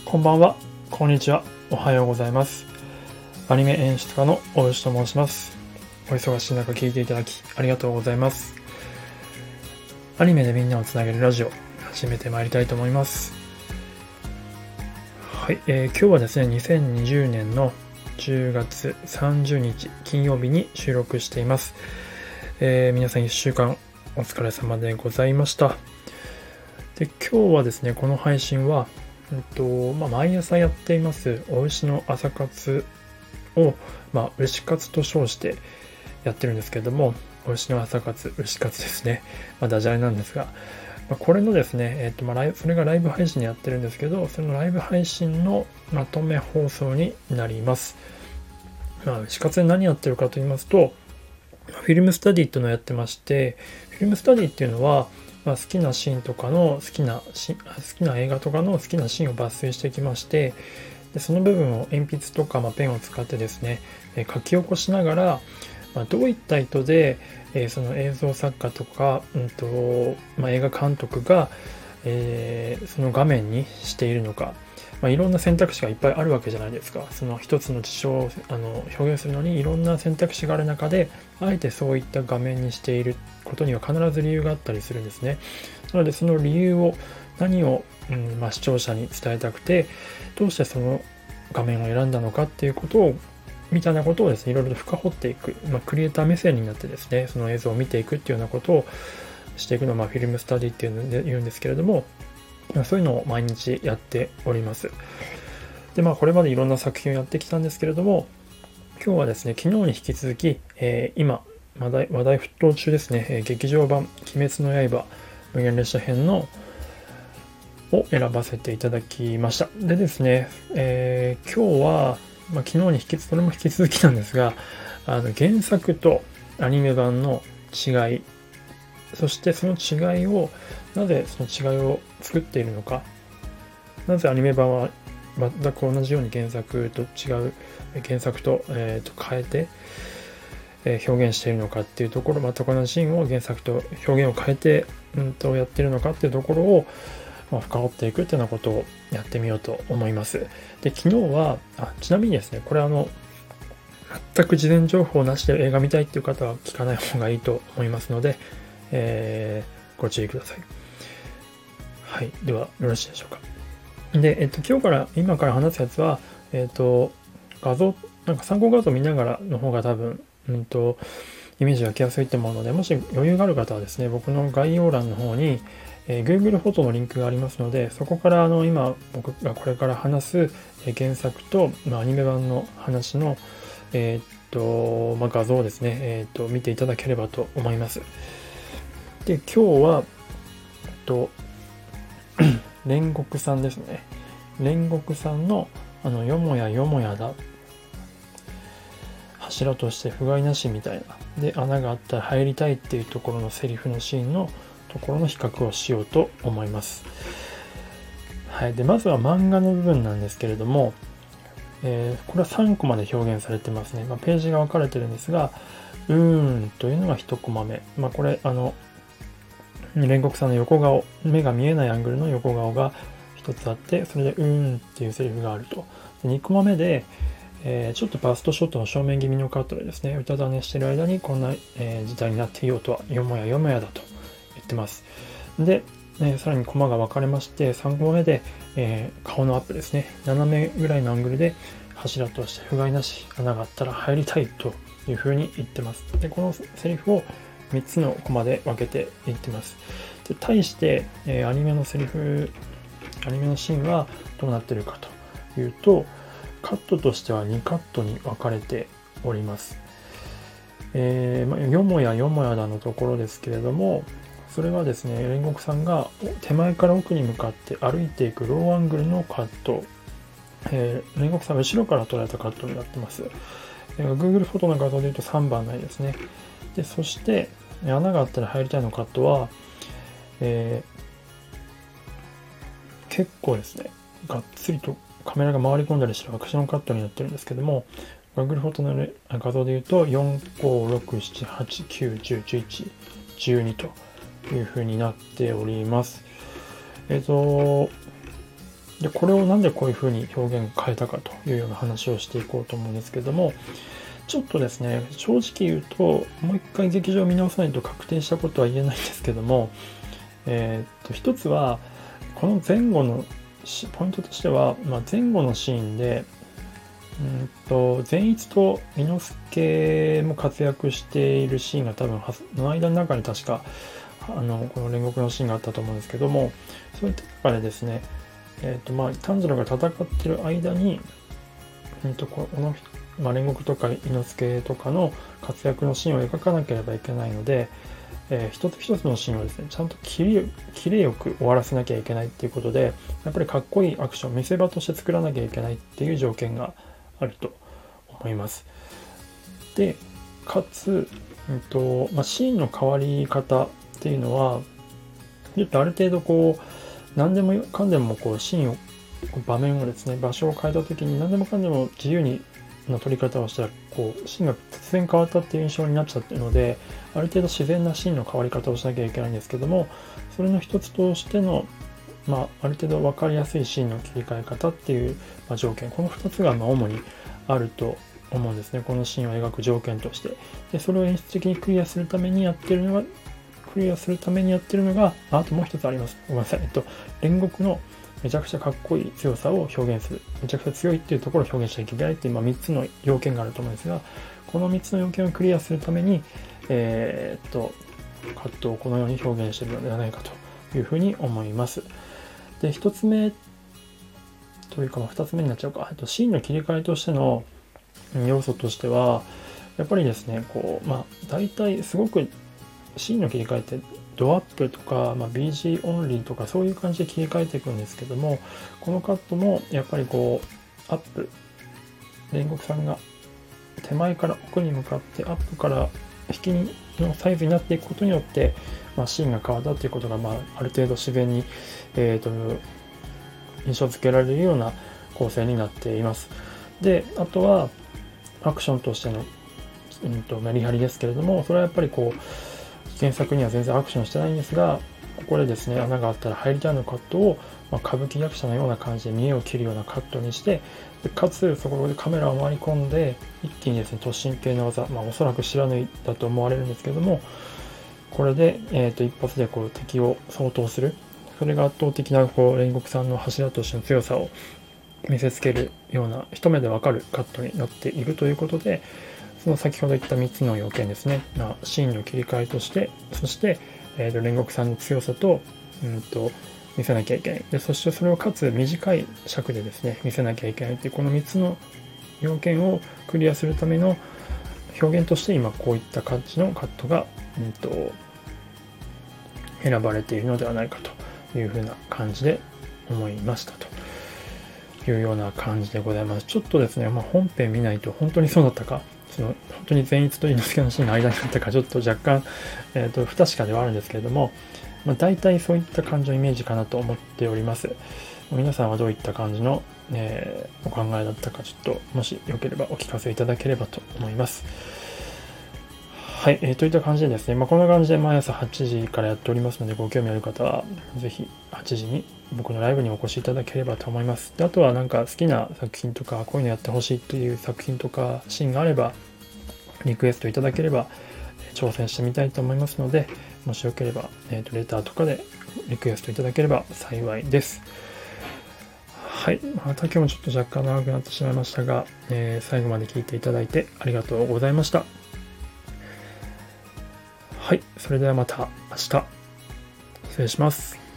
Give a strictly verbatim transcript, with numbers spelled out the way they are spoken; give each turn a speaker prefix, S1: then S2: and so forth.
S1: こんばんは、こんにちは、おはようございます。アニメ演出家の大石と申します。お忙しい中聞いていただきありがとうございます。アニメでみんなをつなげるラジオ、始めてまいりたいと思います。はい、えー、今日はですね、にせんにじゅうねんのじゅうがつさんじゅうにち金曜日に収録しています。えー、皆さんいっしゅうかんお疲れ様でございました。で、今日はですね、この配信は、えっとまあ、毎朝やっていますお牛の朝活を、まあ、牛活と称してやってるんですけども、お牛の朝活、牛活ですね。まあ、ダジャレなんですが、まあ、これのですね、えっとまあ、ライブそれがライブ配信でやってるんですけど、そのライブ配信のまとめ放送になります。まあ、牛活で何やってるかと言いますと、フィルムスタディっていうのをやってまして、フィルムスタディっていうのは、まあ、好きなシーンとかの好きなシ好きな映画とかの好きなシーンを抜粋してきまして、でその部分を鉛筆とか、まあ、ペンを使ってですね、え書き起こしながら、まあ、どういった意図で、えー、その映像作家とか、うんとまあ、映画監督が、えー、その画面にしているのか、まあ、いろんな選択肢がいっぱいあるわけじゃないですか。その一つの事象をあの表現するのにいろんな選択肢がある中で、あえてそういった画面にしていることには必ず理由があったりするんですね。なのでその理由を何を、うんまあ、視聴者に伝えたくて、どうしてその画面を選んだのかっていうことをみたいなことをですね、いろいろと深掘っていく、まあ、クリエイター目線になってですね、その映像を見ていくっていうようなことをしていくのを、まあ、フィルムスタディっていうので言うんですけれども、そういうのを毎日やっております。で、まあ、これまでいろんな作品をやってきたんですけれども、今日はですね、昨日に引き続き、えー、今話題、話題沸騰中ですね、えー、劇場版鬼滅の刃無限列車編のを選ばせていただきました。でですね、えー、今日は、まあ、昨日に引きそれも引き続きなんですが、あの原作とアニメ版の違い、そしてその違いをなぜその違いを作っているのか、なぜアニメ版は全く同じように原作と違う原作と、えー、と変えて、えー、表現しているのかっていうところ、全く同じシーンを原作と表現を変えて、うん、とやっているのかっていうところを、まあ、深掘っていくっていうようなことをやってみようと思います。で、昨日はあちなみにですね、これあの全く事前情報なしで映画見たいっていう方は聞かない方がいいと思いますので、えー、ご注意ください。はい、ではよろしいでしょうか。で、えっと、今日から、今から話すやつは、えっと、画像、なんか参考画像を見ながらの方が多分、うんと、イメージが湧きやすいと思うので、もし余裕がある方はですね、僕の概要欄の方に、えー、Google フォトのリンクがありますので、そこから、あの、今、僕がこれから話す、えー、原作と、まあ、アニメ版の話の、えー、っと、まあ、画像をですね、えー、っと、見ていただければと思います。で、今日は、えっと、煉獄さんですね。煉獄さんのあのよもやよもやだ、柱として不甲斐なしみたいなで穴があったら入りたいっていうところのセリフのシーンのところの比較をしようと思います。はい、でまずは漫画の部分なんですけれども、えー、これはさんこまで表現されてますね。まあ、ページが分かれてるんですが、うーんというのがいちコマ目。まあ、これあの煉獄さんの横顔、目が見えないアングルの横顔が一つあって、それでうーんっていうセリフがあると。でにコマ目で、えー、ちょっとバストショットの正面気味のカットでですね、歌種してる間にこんな、えー、時代になっていようとはよもやよもやだと言ってます。で、えー、さらにコマが分かれまして、さんコマ目で、えー、顔のアップですね、斜めぐらいのアングルで柱として不甲斐なし、穴があったら入りたいというふうに言ってます。で、このセリフをみっつのコマで分けていってます。で対して、えー、アニメのセリフ、アニメのシーンはどうなっているかというと、カットとしてはにカットに分かれております。えーまあ、よもやよもやだのところですけれども、それはですね、煉獄さんが手前から奥に向かって歩いていくローアングルのカット、えー、煉獄さんは後ろから捉えたカットになってます。えー、Google フォトの画像で言うとさんばんないですね。で、そして穴があったら入りたいのカットは、えー、結構ですね、がっつりとカメラが回り込んだりしてアクションカットになってるんですけども、Google フォトの画像で言うとよん、ご、ろく、なな、はち、きゅう、じゅう、じゅういち、じゅうにという風になっております。えっと、 で、これをなんでこういうふうに表現を変えたかというような話をしていこうと思うんですけども、ちょっとですね、正直言うと、もう一回劇場を見直さないと確定したことは言えないんですけども、えー、っと、一つは、この前後のポイントとしては、まあ、前後のシーンで、うんと善逸と伊之助も活躍しているシーンが多分の間の中に確かあのこの煉獄のシーンがあったと思うんですけども、そういった中でですね、えーとまあ、炭治郎が戦っている間に、うん、とこの、まあ、煉獄とか伊之助とかの活躍のシーンを描かなければいけないので、えー、一つ一つのシーンをですね、ちゃんときれきれよく終わらせなきゃいけないっていうことで、やっぱりかっこいいアクション、見せ場として作らなきゃいけないっていう条件があると思います。で、かつ、うんとまあ、シーンの変わり方っていうのは、ちょっとある程度こう、何でもかんでもこうシーンを、場面をですね、場所を変えたときに何でもかんでも自由にの撮り方をしたら、こう、シーンが突然変わったっていう印象になっちゃってるので、ある程度自然なシーンの変わり方をしなきゃいけないんですけども、それの一つとしての、まあ、ある程度分かりやすいシーンの切り替え方っていう、まあ、条件、このふたつがまあ主にあると思うんですね。このシーンを描く条件として。で、それを演出的にクリアするためにやってるのが、クリアするためにやってるのが、あともう一つあります。ごめんなさい。えっと、煉獄のめちゃくちゃかっこいい強さを表現する。めちゃくちゃ強いっていうところを表現しなきゃいけないっていう、まあ、みっつの要件があると思うんですが、このみっつの要件をクリアするために、えー、っと、カットをこのように表現しているのではないかというふうに思います。で、一つ目というか、二つ目になっちゃうか。シーンの切り替えとしての要素としては、やっぱりですね、こう、まあ、大体すごくシーンの切り替えってドアップとか、まあ、ビージー オンリーとかそういう感じで切り替えていくんですけども、このカットもやっぱりこう、アップ、煉獄さんが手前から奥に向かってアップから引きのサイズになっていくことによって、まあ、シーンが変わったということが、まあ、ある程度自然に、えーと、印象付けられるような構成になっています。で、あとはアクションとしての、うんと、メリハリですけれども、それはやっぱりこう原作には全然アクションしてないんですが、ここでですね、穴があったら入りたいのカットを、まあ、歌舞伎役者のような感じで見栄を切るようなカットにして、でかつそこでカメラを回り込んで一気にですね、突進系の技、まあ、おそらく知らぬいだと思われるんですけども、これで、えー、と一発でこう敵を相当する、それが圧倒的なこう煉獄さんの柱としての強さを見せつけるような、一目でわかるカットになっているということで、その先ほど言ったみっつの要件ですね、まあ、シーンの切り替えとして、そして、えー、と煉獄さんの強さと、うんと見せなきゃいけない。で、そしてそれをかつ短い尺でですね、見せなきゃいけないっていう、このみっつの要件をクリアするための表現として、今こういった感じのカットが、うんと選ばれているのではないかというふうな感じで思いましたというような感じでございます。ちょっとですね、まあ、本編見ないと本当にそうだったか、その本当に善逸と伊之助のシーンの間にあったか、ちょっと若干、えー、と不確かではあるんですけれども、まあ、大体そういった感じのイメージかなと思っております。皆さんはどういった感じの、えー、お考えだったか、ちょっともしよければお聞かせいただければと思います。はい、えー、といった感じでですね、まあ、こんな感じで毎朝はちじからやっておりますので、ご興味ある方はぜひはちじに僕のライブにお越しいただければと思います。で、あとはなんか好きな作品とか、こういうのやってほしいという作品とかシーンがあればリクエストいただければ挑戦してみたいと思いますので、もしよければ、えー、とレターとかでリクエストいただければ幸いです。はい、また今日もちょっと若干長くなってしまいましたが、えー、最後まで聞いていただいてありがとうございました。はい、それではまた明日。失礼します。